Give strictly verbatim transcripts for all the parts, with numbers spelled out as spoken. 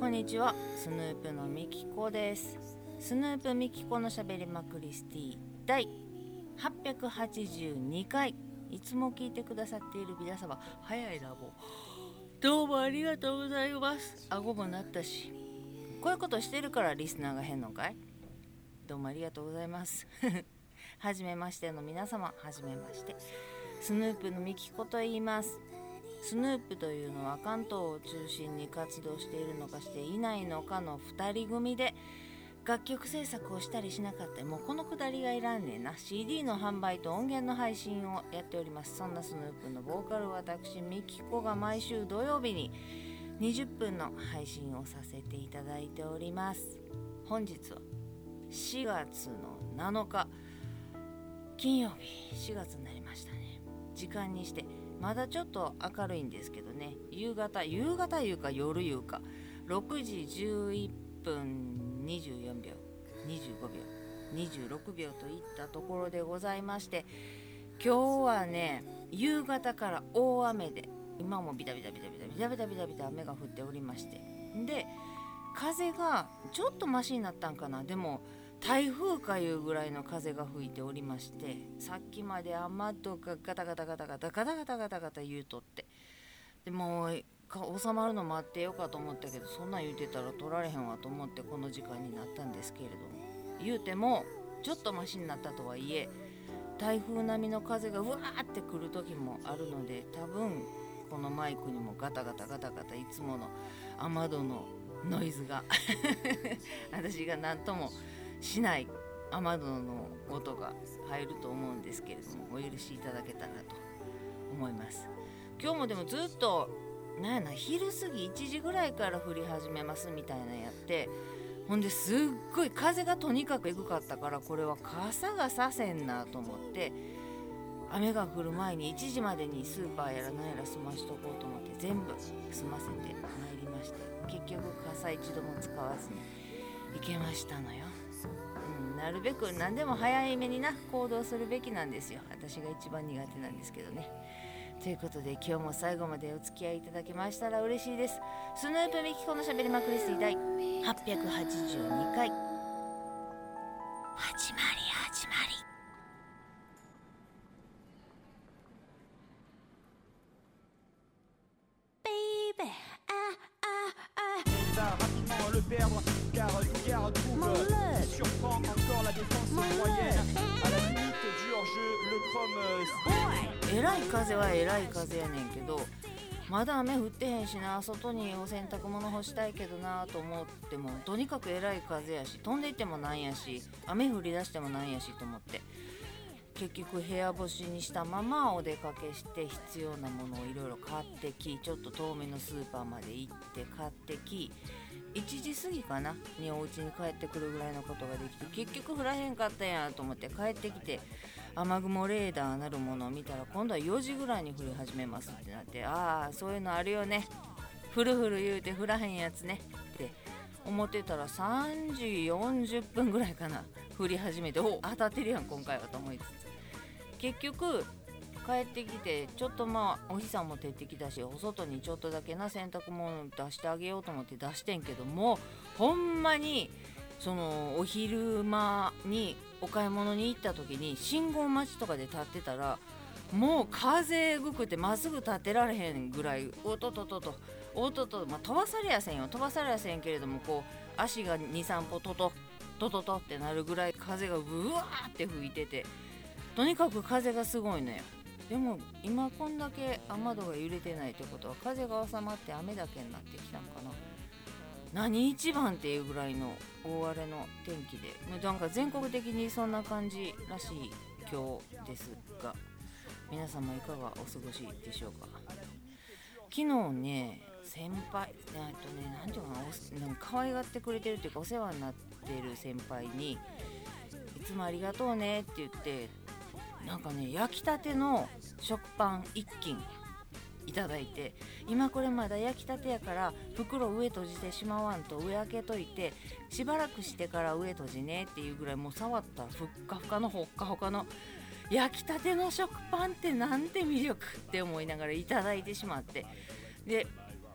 んにちは。スヌープのみきこです。スヌープみきこのしゃべりまくりスティ第はっぴゃくはちじゅうにかい。いつも聞いてくださっている皆様、早いなもう。どうもありがとうございます。顎もなったし、こういうことしてるからリスナーが変のかい。どうもありがとうございますはじめましての皆様、はじめまして。スヌープのみきこと言います。スヌープというのは関東を中心に活動しているのかしていないのかのふたり組で、楽曲制作をしたりしなかったり、もうこのくだりがいらんねんな。 シーディー の販売と音源の配信をやっております。そんなスヌープのボーカル私みきこが毎週土曜日ににじゅっぷんの配信をさせていただいております。本日はしがつのなのか金曜日、しがつになりましたね。時間にしてまだちょっと明るいんですけどね、夕方夕方いうか夜いうかろくじじゅういっぷんにじゅうよんびょうにじゅうごびょうにじゅうろくびょうといったところでございまして、今日はね夕方から大雨で、今もビタビタビタビタビタビタビタビタ雨が降っておりまして、で風がちょっとマシになったんかな。でも台風かいうぐらいの風が吹いておりまして、さっきまで雨戸がガタガタガタガタガタガタガタガタ言うとって、でもう収まるの待ってよかと思ったけど、そんなん言うてたら取られへんわと思ってこの時間になったんですけれども、言うてもちょっとマシになったとはいえ、台風並みの風がうわーってくる時もあるので、多分このマイクにもガタガタガタガタいつもの雨戸のノイズが私が何ともしない雨戸の音が入ると思うんですけれども、お許しいただけたらと思います。今日もでもずっとなんやな、昼過ぎいちじぐらいから降り始めますみたいなやって、ほんですっごい風がとにかくエグかったから、これは傘がさせんなと思って、雨が降る前にいちじまでにスーパーやら何やら済ましとこうと思って全部済ませてまいりまして、結局傘一度も使わずに行けましたのよ。うん、なるべく何でも早いめにな行動するべきなんですよ。私が一番苦手なんですけどね。ということで今日も最後までお付き合いいただけましたら嬉しいです。スヌープみきこのしゃべりまくりスティ第はっぴゃくはちじゅうにかい、始まり始まり。えらい風はえらい風やねんけど、まだ雨降ってへんしな、外にお洗濯物干したいけどなと思っても、とにかくえらい風やし、飛んでいってもなんやし、雨降り出してもなんやしと思って、結局部屋干しにしたままお出かけして必要なものをいろいろ買ってき、ちょっと遠めのスーパーまで行って買ってき、いちじ過ぎかなにお家に帰ってくるぐらいのことができて、結局降らへんかったやんと思って帰ってきて、雨雲レーダーなるものを見たら今度はよじぐらいに降り始めますってなって、ああそういうのあるよね、降る降る言うて降らへんやつねって思ってたら、さんじよんじゅっぷんぐらいかな降り始めて、お当たってるやん今回はと思いつつ、結局帰ってきて、ちょっとまあお日さんも照ってきたし、お外にちょっとだけな洗濯物出してあげようと思って出してんけども、ほんまにそのお昼間にお買い物に行った時に信号待ちとかで立ってたら、もう風えぐくてまっすぐ立ってられへんぐらい、おととととおとと、まあ、飛ばされやせんよ飛ばされやせんけれども、こう足が にさんぽトトトトトってなるぐらい風がうわーって吹いてて、とにかく風がすごいのよ。でも今こんだけ雨戸が揺れてないってことは、風が収まって雨だけになってきたんかな。何一番っていうぐらいの大荒れの天気で、なんか全国的にそんな感じらしい今日ですが、皆様いかがお過ごしでしょうか。昨日ね、先輩えっとねなんていうかな、なんか可愛がってくれてるっていうか、お世話になってる先輩にいつもありがとうねって言って、なんかね焼きたての食パン一斤いただいて、今これまだ焼きたてやから袋上閉じてしまわんと上開けといて、しばらくしてから上閉じねっていうぐらい、もう触ったらふっかふかのほっかほかの焼きたての食パンってなんて魅力って思いながらいただいてしまって、で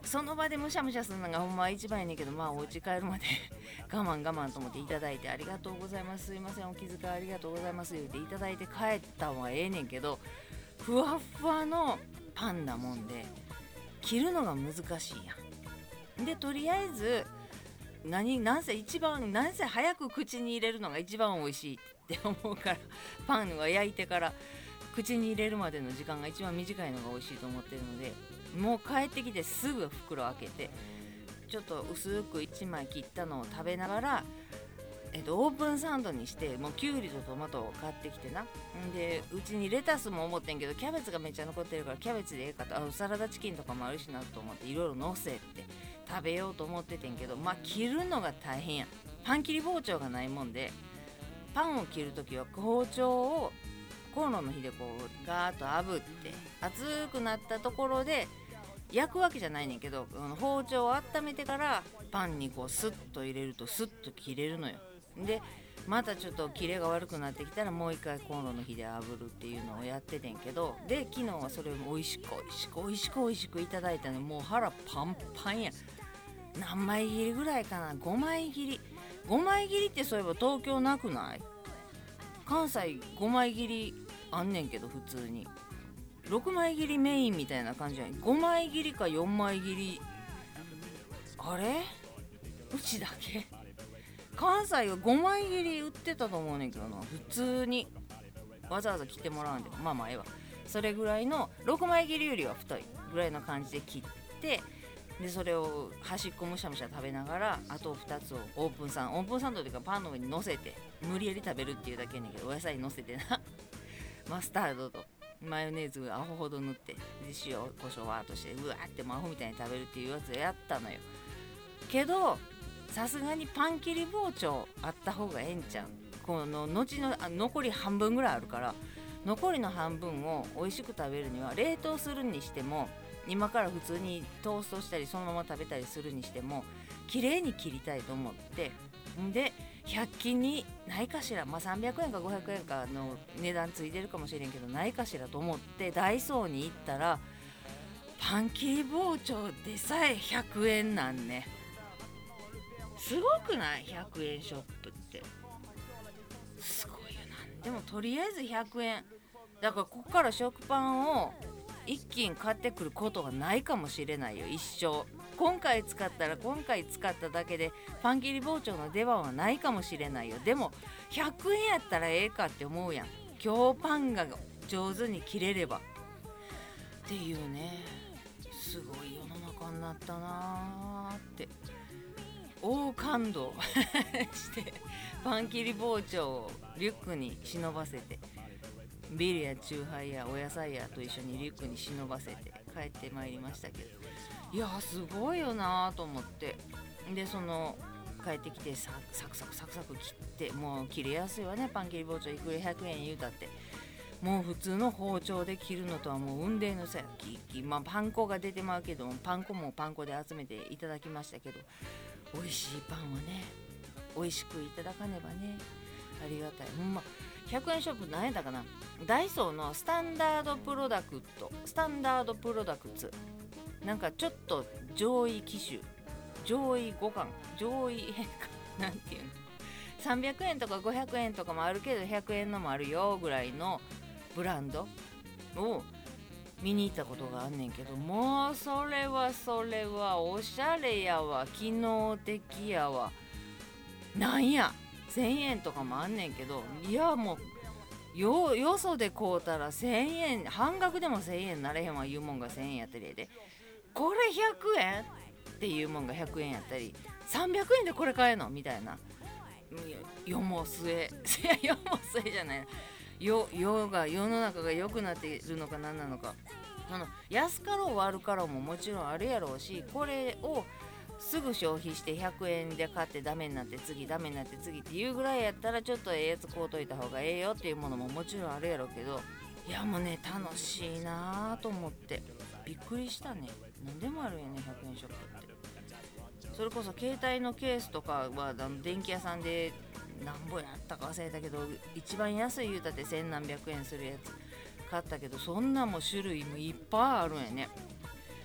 その場でむしゃむしゃするのがほんま一番やねんけど、まあお家帰るまで我慢我慢と思っていただいて、ありがとうございます、すいませんお気遣いありがとうございます言っていただいて帰ったんはええねんけど、ふわふわのパンなもんで切るのが難しいやん。でとりあえず何なんせ一番なんせ早く口に入れるのが一番美味しいって思うから、パンは焼いてから口に入れるまでの時間が一番短いのが美味しいと思ってるので、もう帰ってきてすぐ袋開けてちょっと薄くいちまい切ったのを食べながら、えっと、オープンサンドにして、もうきゅうりとトマトを買ってきてな。んでうちにレタスも思ってんけどキャベツがめっちゃ残ってるからキャベツでええかと、あサラダチキンとかもあるしなと思っていろいろ乗せて食べようと思っててんけど、まあ切るのが大変やん。パン切り包丁がないもんで、パンを切るときは包丁をコンロの火でこうガーッと炙って熱くなったところで焼くわけじゃないねんけど、包丁を温めてからパンにこうスッと入れるとスッと切れるのよ。でまたちょっとキレが悪くなってきたらもう一回コンロの火で炙るっていうのをやっててんけど、で昨日はそれを美味しく美味しく美味しく美味しくいただいたの。もう腹パンパンや。何枚切りぐらいかな、ごまい切りごまい切りってそういえば東京なくない？関西ごまい切りあんねんけど普通にろくまい切りメインみたいな感じやん。ごまい切りかよんまい切り、あれうちだけ？関西はごまい切り売ってたと思うねんけどな、普通にわざわざ切ってもらうんで、まあまあええわ。それぐらいのろくまい切りよりは太いぐらいの感じで切って、でそれを端っこむしゃむしゃ食べながら、あとふたつをオープンサンドオープンサンドというかパンの上に乗せて無理やり食べるっていうだけやねんけど、お野菜乗せてなマスタードとマヨネーズアホほど塗って、で塩コショウワーっとしてうわーってアホみたいに食べるっていうやつをやったのよ。けどさすがにパン切り包丁あった方がええんちゃう。この後のあ残り半分ぐらいあるから、残りの半分を美味しく食べるには冷凍するにしても、今から普通にトーストしたりそのまま食べたりするにしても綺麗に切りたいと思って、んでひゃく均にないかしら、まあ、さんびゃくえんかごひゃくえんかの値段ついてるかもしれんけどないかしらと思ってダイソーに行ったら、パン切り包丁でさえひゃくえんなんね。すごくない？ ひゃくえんショップってすごいよな。でもとりあえずひゃくえんだから、ここから食パンを一斤買ってくることはないかもしれないよ、一生。今回使ったら今回使っただけでパン切り包丁の出番はないかもしれないよ。でもひゃくえんやったらええかって思うやん、今日パンが上手に切れればっていうね。すごい世の中になったなーって大感動してパン切り包丁をリュックに忍ばせて、ビールやチューハイやお野菜やと一緒にリュックに忍ばせて帰ってまいりましたけど、いやすごいよなと思って。でその帰ってきてサクサクサクサク切って、もう切れやすいわね、パン切り包丁いくらひゃくえん言うたって。もう普通の包丁で切るのとはもう運命の差や。まあパン粉が出てまうけども、パン粉もパン粉で集めていただきましたけど、美味しいパンはね美味しくいただかねばね、ありがたい。ほんまひゃくえんショップ何やったかな、ダイソーのスタンダードプロダクトスタンダードプロダクツ、なんかちょっと上位機種、上位互換上位なんていうの、さんびゃくえんとかごひゃくえんとかもあるけどひゃくえんのもあるよぐらいのブランドを見に行ったことがあんねんけど、もうそれはそれはおしゃれやわ、機能的やわ、なんやせんえんとかもあんねんけど、いやもう よ, よそで買うたらせんえん、半額でもせんえんなれへんわいうもんがせんえんやったりで、これひゃくえんっていうもんがひゃくえんやったり、さんびゃくえんでこれ買えんのみたいな、世も末世も末じゃない、世世が世の中が良くなっているのか何なのか、あの安かろう悪かろうももちろんあるやろうし、これをすぐ消費してひゃくえんで買ってダメになって次ダメになって次っていうぐらいやったらちょっとええやつ買うといた方がええよっていうものももちろんあるやろうけど、いやもうね楽しいなと思ってびっくりしたね。何でもあるよねひゃくえんショップって。それこそ携帯のケースとかはあの電気屋さんでなんぼやったか忘れたけど、一番安い言うたって千何百円するやつ買ったけど、そんなも種類もいっぱいあるんやね。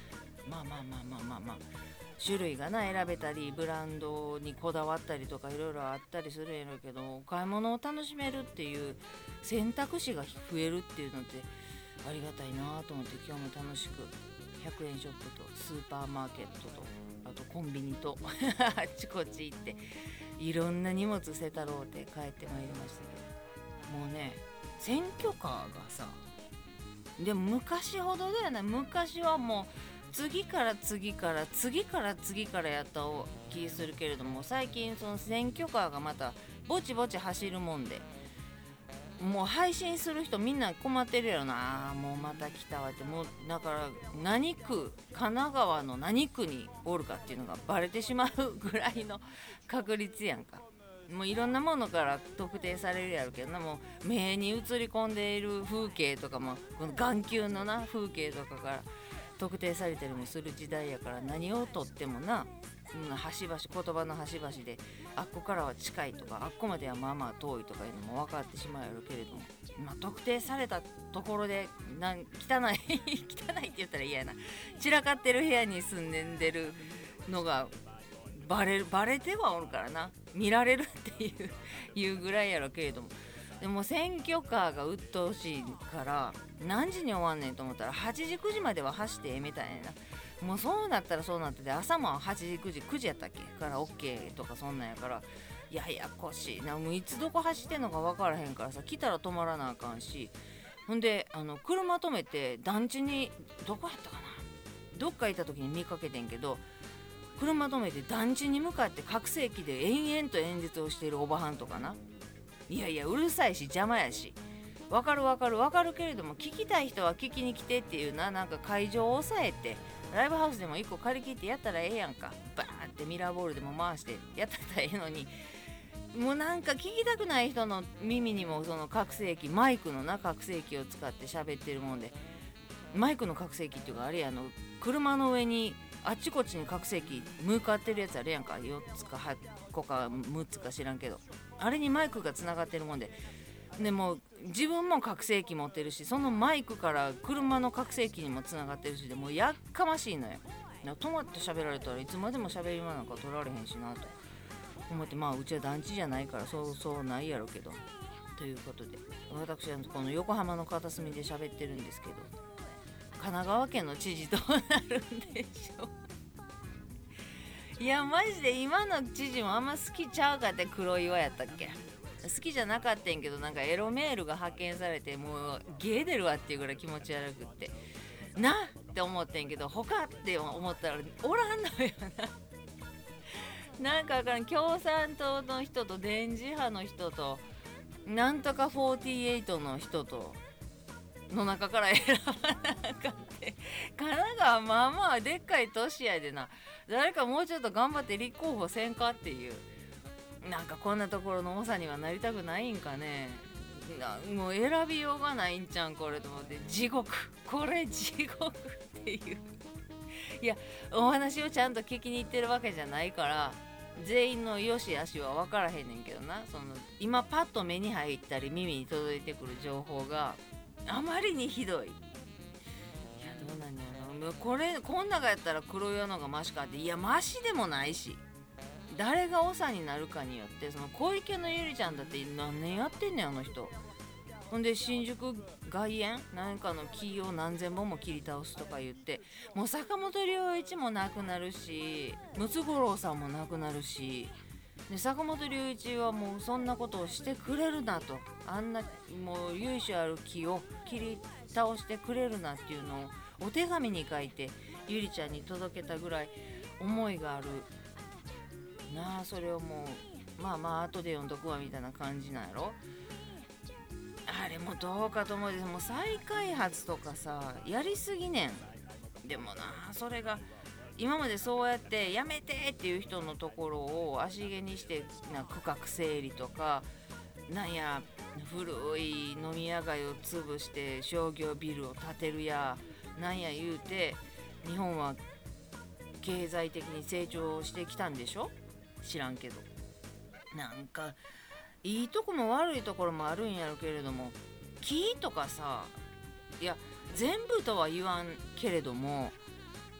まあまあまあまあまあまあ種類がな選べたりブランドにこだわったりとかいろいろあったりするんやろうけど、お買い物を楽しめるっていう選択肢が増えるっていうのってありがたいなと思って、今日も楽しくひゃくえんショップとスーパーマーケットとあとコンビニとあっちこっち行っていろんな荷物せたろうって帰ってまいりましたけど、もうね選挙カーがさ、でも昔ほどだよね。昔はもう次から次から次から次からやった気するけれども、最近その選挙カーがまたぼちぼち走るもんで、もう配信する人みんな困ってるやろな。もうまた来たわって、もうだから何区、神奈川の何区におるかっていうのがバレてしまうぐらいの確率やんか。もういろんなものから特定されるやろうけどな、もう目に映り込んでいる風景とかも、この眼球のな風景とかから特定されたりもする時代やから、何をとってもな、うん、端々言葉の端々であっこからは近いとかあっこまではまあまあ遠いとかいうのも分かってしまうやろうけれども、まあ、特定されたところでなん汚い汚いって言ったら嫌やな、散らかってる部屋に住んでるのがバレるバレてはおるからな、見られるっていういうぐらいやろうけれども、でも選挙カーが鬱陶しいから何時に終わんねんと思ったらはちじくじまでは走ってええみたいな。もうそうなったらそうなってて、朝もはちじくじくじやったっけから OK とかそんなんやから、ややこしいな。もういつどこ走ってんのか分からへんからさ、来たら止まらなあかんし、ほんであの車止めて団地にどこやったかな、どっか行った時に見かけてんけど、車止めて団地に向かって拡声器で延々と演説をしているおばはんとかな。いやいやうるさいし邪魔やし、わかるわかるわかるけれども、聞きたい人は聞きに来てっていうな、なんか会場を抑えてライブハウスでもいっこ借り切ってやったらええやんか。バーンってミラーボールでも回してやったらええのに、もうなんか聞きたくない人の耳にもその拡声器、マイクのな拡声器を使って喋ってるもんで、マイクの拡声器っていうかあれやの、車の上にあっちこっちに拡声器向かってるやつあるやんか、よっつかはっこかむっつか知らんけど、あれにマイクがつながってるもんで、でも自分も拡声器持ってるし、そのマイクから車の拡声器にもつながってるしで、もうやっかましいのよ。止まって喋られたらいつまでも喋り間なんか取られへんしなと思って、まあうちは団地じゃないからそうそうないやろうけど、ということで私はこの横浜の片隅で喋ってるんですけど、神奈川県の知事どうなるんでしょういやマジで今の知事もあんま好きちゃうかって。黒岩やったっけ、好きじゃなかったんけど、なんかエロメールが発見されてもうゲー出るわっていうぐらい気持ち悪くってなって思ってんけど、他って思ったらおらんのよななんかわからん、共産党の人と電磁波の人となんとかフォーティーエイトの人との中から選ばなかって神奈川まあまあでっかい都市やでな、誰かもうちょっと頑張って立候補せんかっていう、なんかこんなところの長にはなりたくないんかね。なもう選びようがないんちゃんこれと思って、地獄、これ地獄っていういやお話をちゃんと聞きに行ってるわけじゃないから全員の良し悪しは分からへんねんけどな、その今パッと目に入ったり耳に届いてくる情報があまりにひどい。いやどうなんやろ、これこん中やったら黒岩のがマシかって、いやマシでもないし、誰が長になるかによって、その小池のゆりちゃんだって何年やってんねんあの人。ほんで新宿外苑なんかの木を何千本も切り倒すとか言って、もう坂本龍一も亡くなるしムツゴロウさんも亡くなるし、で坂本龍一はもうそんなことをしてくれるなと、あんなもう由緒ある木を切り倒してくれるなっていうのをお手紙に書いてゆりちゃんに届けたぐらい思いがあるなあ。それをもうまあまあ後で読んどくわみたいな感じなんやろ。あれもどうかと思うです。もう再開発とかさやりすぎねん。でもなそれが今までそうやってやめてっていう人のところを足毛にしてな区画整理とか、なんや古い飲み屋街を潰して商業ビルを建てるやなんや言うて、日本は経済的に成長してきたんでしょ、知らんけど。なんかいいとこも悪いところもあるんやろけれども、木とかさ、いや全部とは言わんけれども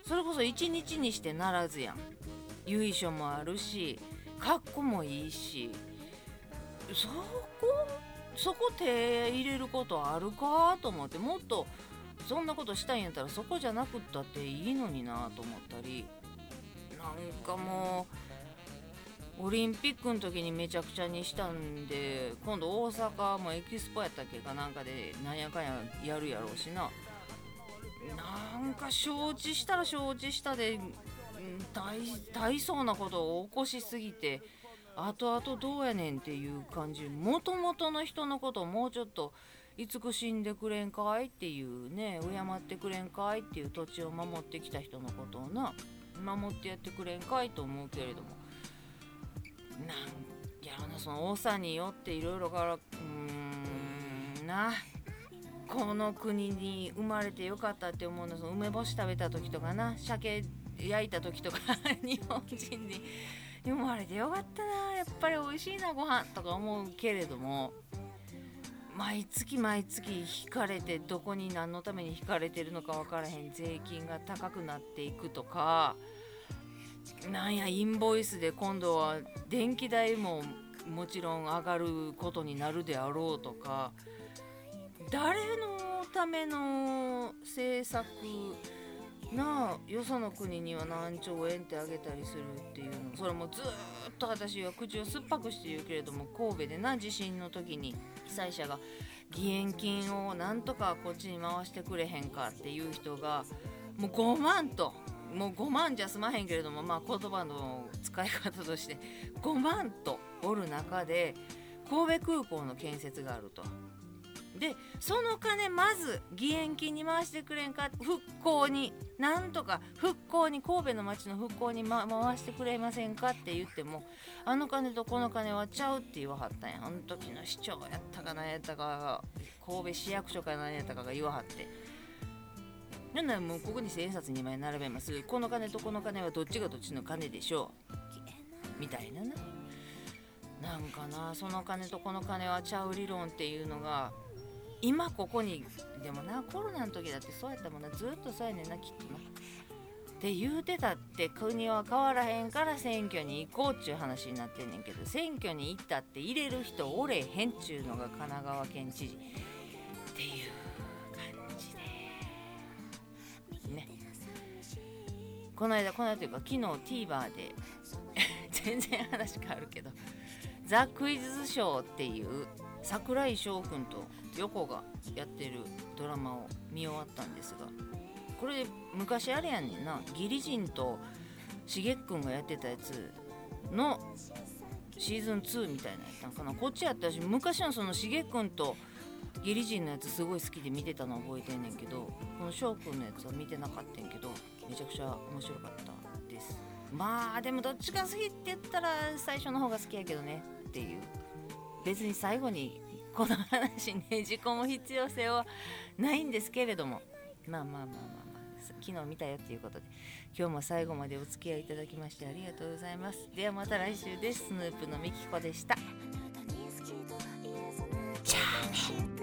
それこそ一日にしてならずやん。由緒もあるし格好もいいし、そこそこ手入れることあるかと思って、もっとそんなことしたいんやったらそこじゃなくったっていいのになと思ったり、なんかもうオリンピックの時にめちゃくちゃにしたんで、今度大阪もエキスポやったっけかなんかでなんやかんややるやろうしな。なんか承知したら承知したで大, 大層なことを起こしすぎて、後々どうやねんっていう感じ。もともとの人のことをもうちょっと慈しんでくれんかいっていうね、敬ってくれんかいっていう土地を守ってきた人のことをな、守ってやってくれんかいと思うけれども、なんやろな、その長によっていろいろから、うーんな、この国に生まれてよかったって思うの。その梅干し食べた時とかな、鮭焼いた時とか日本人に生まれてよかったな、やっぱり美味しいなご飯とか思うけれども、毎月毎月引かれて、どこに何のために引かれてるのか分からへん税金が高くなっていくとか、なんやインボイスで今度は電気代ももちろん上がることになるであろうとか、誰のための政策なあ、よその国には何兆円ってあげたりするっていうの、それもずっと私は口を酸っぱくして言うけれども、神戸でな地震の時に被災者が義援金をなんとかこっちに回してくれへんかっていう人がもうごまんと、もうごまんじゃ済まへんけれども、まあ言葉の使い方としてごまんとおる中で神戸空港の建設があると。でその金まず義援金に回してくれんか、復興になんとか復興に、神戸の町の復興に、ま、回してくれませんかって言っても、あの金とこの金はちゃうって言わはったんや。あの時の市長やったか何やったか、神戸市役所か何やったかが言わはって、なんならもうここに千円札にまい並べます、この金とこの金はどっちがどっちの金でしょうみたいなな。なんかな、その金とこの金はちゃう理論っていうのが今ここに、でもな、コロナの時だってそうやったもんな、ずっとそうやねんな、きっとなって言うてたって、国は変わらへんから選挙に行こうっちゅう話になってんねんけど、選挙に行ったって入れる人おれへんっちゅうのが神奈川県知事っていう感じでね。この間この間というか昨日 TVer で全然話変わるけど、ザ・クイズショーっていう櫻井翔くんと横がやってるドラマを見終わったんですが、これ昔あれやねんな、ギリジンとしげっくんがやってたやつのシーズンツーみたいなやったんかな。こっちやったし、昔のそのしげっくんとギリジンのやつすごい好きで見てたの覚えてんねんけど、この翔くんのやつは見てなかったんけど、めちゃくちゃ面白かったです。まあでもどっちが好きって言ったら最初の方が好きやけどねっていう、別に最後にこの話にねじ込む必要性はないんですけれども、まあまあまあまあまあ昨日見たよっていうことで、今日も最後までお付き合いいただきましてありがとうございます。ではまた来週です。スヌープのみきこでした。じゃあね。